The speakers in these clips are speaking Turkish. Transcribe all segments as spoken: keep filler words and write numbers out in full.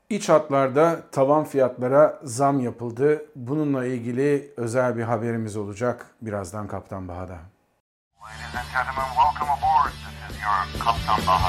İç hatlarda tavan fiyatlara zam yapıldı. Bununla ilgili özel bir haberimiz olacak birazdan Kaptan Baha'da. Ladies and gentlemen, welcome aboard. This is your Kaptan Baha.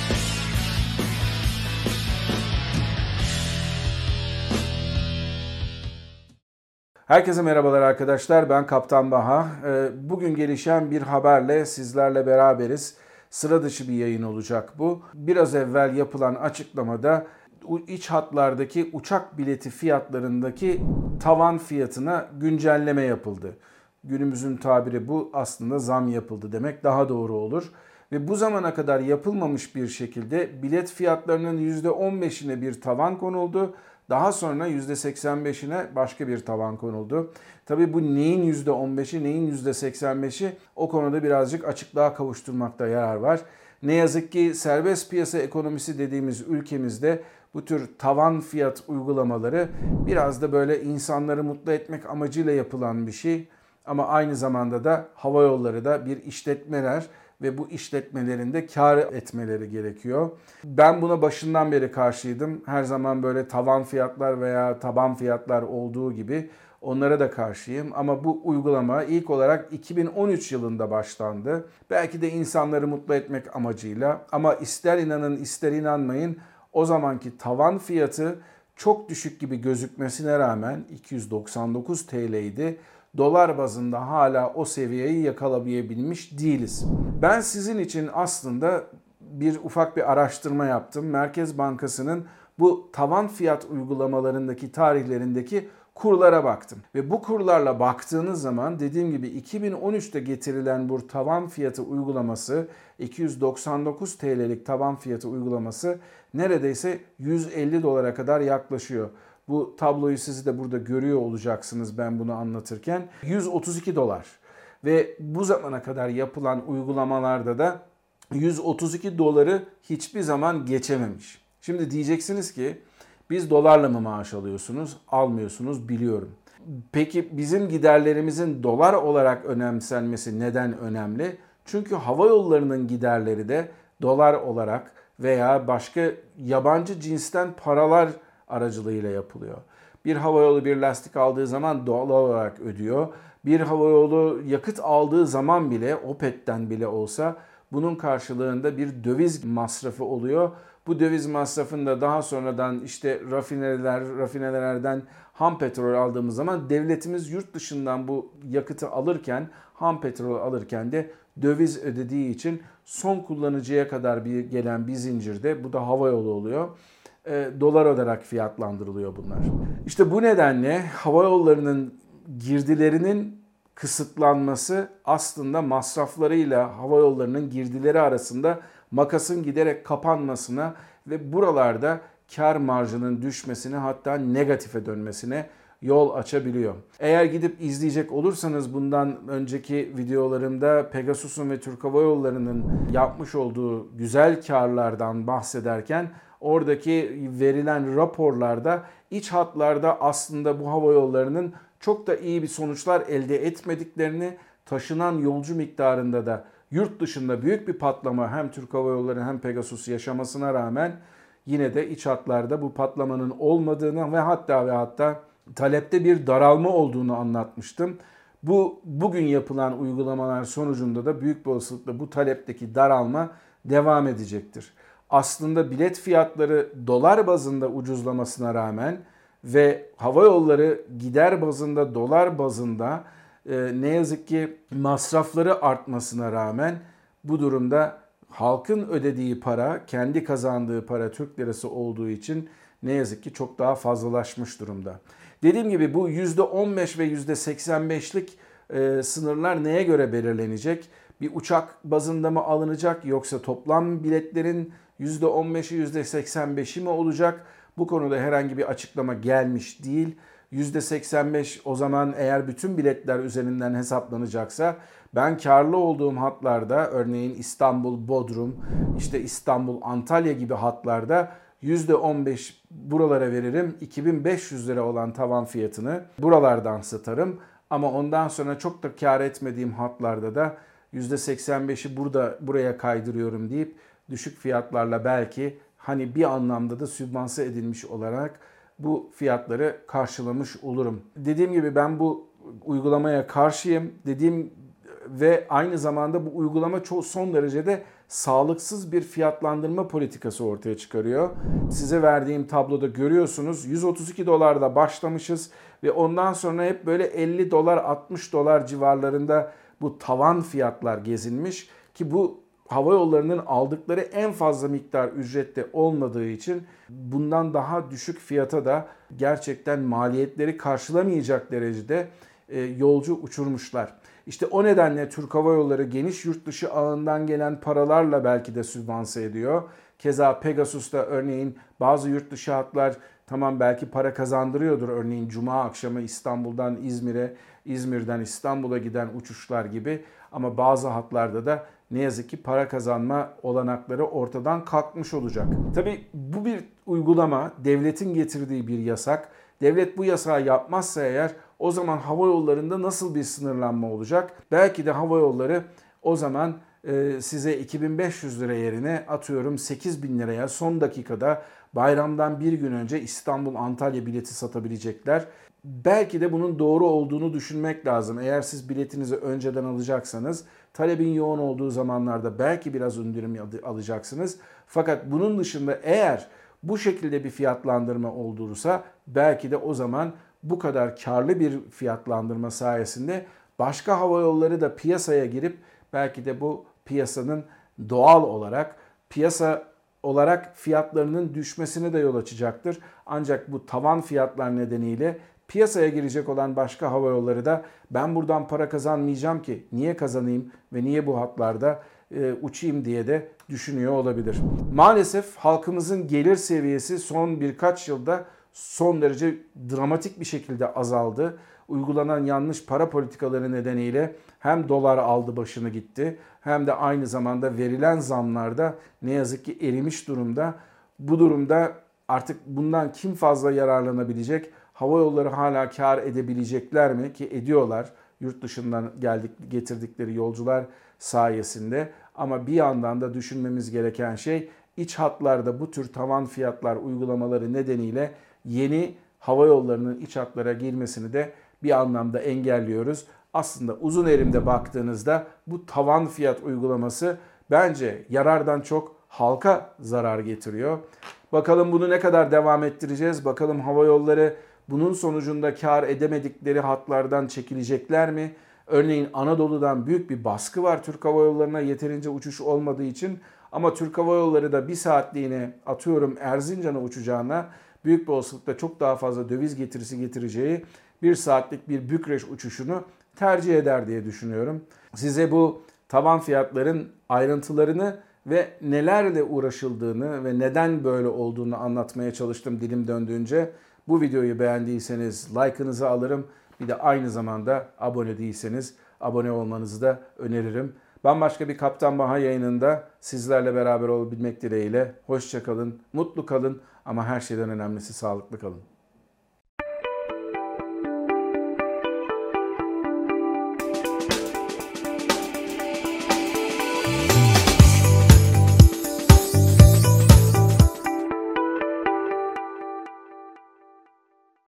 Herkese merhabalar arkadaşlar, ben Kaptan Baha. Bugün gelişen bir haberle sizlerle beraberiz. Sıra dışı bir yayın olacak bu. Biraz evvel yapılan açıklamada iç hatlardaki uçak bileti fiyatlarındaki tavan fiyatına güncelleme yapıldı. Günümüzün tabiri bu, aslında zam yapıldı demek daha doğru olur. Ve bu zamana kadar yapılmamış bir şekilde bilet fiyatlarının yüzde on beşine bir tavan konuldu. Daha sonra yüzde seksen beşine başka bir tavan konuldu. Tabii bu neyin yüzde on beşi, neyin yüzde seksen beşi, o konuda birazcık açıklığa kavuşturmakta yarar var. Ne yazık ki serbest piyasa ekonomisi dediğimiz ülkemizde bu tür tavan fiyat uygulamaları biraz da böyle insanları mutlu etmek amacıyla yapılan bir şey. Ama aynı zamanda da hava yolları da bir işletmeler ve bu işletmelerin de kar etmeleri gerekiyor. Ben buna başından beri karşıydım. Her zaman böyle tavan fiyatlar veya taban fiyatlar olduğu gibi onlara da karşıyım. Ama bu uygulama ilk olarak iki bin on üç yılında başlandı. Belki de insanları mutlu etmek amacıyla, ama ister inanın ister inanmayın, o zamanki tavan fiyatı çok düşük gibi gözükmesine rağmen iki yüz doksan dokuz T L'ydi. Dolar bazında hala o seviyeyi yakalayabilmiş değiliz. Ben sizin için aslında bir ufak bir araştırma yaptım. Merkez Bankası'nın bu tavan fiyat uygulamalarındaki tarihlerindeki kurlara baktım. Ve bu kurlarla baktığınız zaman dediğim gibi iki bin on üçte getirilen bu tavan fiyatı uygulaması, iki yüz doksan dokuz T L'lik tavan fiyatı uygulaması neredeyse yüz elli dolara kadar yaklaşıyor. Bu tabloyu siz de burada görüyor olacaksınız ben bunu anlatırken. yüz otuz iki dolar ve bu zamana kadar yapılan uygulamalarda da yüz otuz iki doları hiçbir zaman geçememiş. Şimdi diyeceksiniz ki biz dolarla mı maaş alıyorsunuz? Almıyorsunuz, biliyorum. Peki bizim giderlerimizin dolar olarak önemsenmesi neden önemli? Çünkü hava yollarının giderleri de dolar olarak veya başka yabancı cinsten paralar aracılığıyla yapılıyor. Bir havayolu bir lastik aldığı zaman dolar olarak ödüyor. Bir havayolu yakıt aldığı zaman bile, OPEC'ten bile olsa, bunun karşılığında bir döviz masrafı oluyor. Bu döviz masrafında daha sonradan işte rafineriler, rafinelerden ham petrol aldığımız zaman devletimiz yurt dışından bu yakıtı alırken, ham petrol alırken de döviz ödediği için son kullanıcıya kadar bir gelen bir zincirde, bu da havayolu oluyor, E, dolar olarak fiyatlandırılıyor bunlar. İşte bu nedenle hava yollarının girdilerinin kısıtlanması aslında masraflarıyla hava yollarının girdileri arasında makasın giderek kapanmasına ve buralarda kar marjının düşmesine, hatta negatife dönmesine yol açabiliyor. Eğer gidip izleyecek olursanız bundan önceki videolarımda Pegasus'un ve Türk Hava Yolları'nın yapmış olduğu güzel karlardan bahsederken oradaki verilen raporlarda iç hatlarda aslında bu hava yollarının çok da iyi bir sonuçlar elde etmediklerini, taşınan yolcu miktarında da yurt dışında büyük bir patlama hem Türk Hava Yolları hem Pegasus yaşamasına rağmen yine de iç hatlarda bu patlamanın olmadığını ve hatta ve hatta talepte bir daralma olduğunu anlatmıştım. Bu bugün yapılan uygulamalar sonucunda da büyük bir olasılıkla bu talepteki daralma devam edecektir. Aslında bilet fiyatları dolar bazında ucuzlamasına rağmen ve hava yolları gider bazında dolar bazında e, ne yazık ki masrafları artmasına rağmen bu durumda halkın ödediği para, kendi kazandığı para Türk lirası olduğu için ne yazık ki çok daha fazlalaşmış durumda. Dediğim gibi bu yüzde on beş ve yüzde seksen beşlik e, sınırlar neye göre belirlenecek? Bir uçak bazında mı alınacak, yoksa toplam biletlerin yüzde on beşi yüzde seksen beşi mi olacak? Bu konuda herhangi bir açıklama gelmiş değil. yüzde seksen beş o zaman eğer bütün biletler üzerinden hesaplanacaksa, ben karlı olduğum hatlarda, örneğin İstanbul, Bodrum, işte İstanbul, Antalya gibi hatlarda yüzde on beş buralara veririm. iki bin beş yüz lira olan tavan fiyatını buralardan satarım. Ama ondan sonra çok da kar etmediğim hatlarda da yüzde seksen beşi burada buraya kaydırıyorum deyip düşük fiyatlarla belki hani bir anlamda da sübvanse edilmiş olarak bu fiyatları karşılamış olurum. Dediğim gibi ben bu uygulamaya karşıyım. Dediğim ve aynı zamanda bu uygulama çok son derecede sağlıksız bir fiyatlandırma politikası ortaya çıkarıyor. Size verdiğim tabloda görüyorsunuz yüz otuz iki dolarda başlamışız ve ondan sonra hep böyle elli dolar altmış dolar civarlarında bu tavan fiyatlar gezinmiş ki bu hava yollarının aldıkları en fazla miktar ücrette olmadığı için bundan daha düşük fiyata da gerçekten maliyetleri karşılamayacak derecede yolcu uçurmuşlar. İşte o nedenle Türk Hava Yolları geniş yurt dışı ağından gelen paralarla belki de sübvanse ediyor. Keza Pegasus'ta örneğin bazı yurt dışı hatlar tamam belki para kazandırıyordur. Örneğin Cuma akşamı İstanbul'dan İzmir'e, İzmir'den İstanbul'a giden uçuşlar gibi. Ama bazı hatlarda da ne yazık ki para kazanma olanakları ortadan kalkmış olacak. Tabii bu bir uygulama, devletin getirdiği bir yasak. Devlet bu yasağı yapmazsa eğer o zaman hava yollarında nasıl bir sınırlanma olacak? Belki de hava yolları o zaman e, size iki bin beş yüz lira yerine atıyorum sekiz bin liraya son dakikada bayramdan bir gün önce İstanbul-Antalya bileti satabilecekler. Belki de bunun doğru olduğunu düşünmek lazım. Eğer siz biletinizi önceden alacaksanız talebin yoğun olduğu zamanlarda belki biraz indirim alacaksınız. Fakat bunun dışında eğer bu şekilde bir fiyatlandırma olursa belki de o zaman bu kadar karlı bir fiyatlandırma sayesinde başka hava yolları da piyasaya girip belki de bu piyasanın doğal olarak piyasa olarak fiyatlarının düşmesine de yol açacaktır. Ancak bu tavan fiyatlar nedeniyle piyasaya girecek olan başka hava yolları da ben buradan para kazanmayacağım ki niye kazanayım ve niye bu hatlarda e, uçayım diye de düşünüyor olabilir. Maalesef halkımızın gelir seviyesi son birkaç yılda son derece dramatik bir şekilde azaldı. Uygulanan yanlış para politikaları nedeniyle hem dolar aldı başını gitti hem de aynı zamanda verilen zamlarda ne yazık ki erimiş durumda. Bu durumda artık bundan kim fazla yararlanabilecek? Hava yolları hala kar edebilecekler mi? Ki ediyorlar yurt dışından geldik getirdikleri yolcular sayesinde. Ama bir yandan da düşünmemiz gereken şey iç hatlarda bu tür tavan fiyatlar uygulamaları nedeniyle yeni hava yollarının iç hatlara girmesini de bir anlamda engelliyoruz. Aslında uzun erimde baktığınızda bu tavan fiyat uygulaması bence yarardan çok halka zarar getiriyor. Bakalım bunu ne kadar devam ettireceğiz? Bakalım hava yolları bunun sonucunda kar edemedikleri hatlardan çekilecekler mi? Örneğin Anadolu'dan büyük bir baskı var Türk Hava Yolları'na yeterince uçuş olmadığı için. Ama Türk Hava Yolları da bir saatliğine atıyorum Erzincan'a uçacağına büyük bir olasılıkla çok daha fazla döviz getirisi getireceği bir saatlik bir Bükreş uçuşunu tercih eder diye düşünüyorum. Size bu tavan fiyatların ayrıntılarını ve nelerle uğraşıldığını ve neden böyle olduğunu anlatmaya çalıştım dilim döndüğünce. Bu videoyu beğendiyseniz like'ınızı alırım. Bir de aynı zamanda abone değilseniz abone olmanızı da öneririm. Bambaşka bir Kaptan Baha yayınında sizlerle beraber olabilmek dileğiyle. Hoşça kalın, mutlu kalın ama her şeyden önemlisi sağlıklı kalın.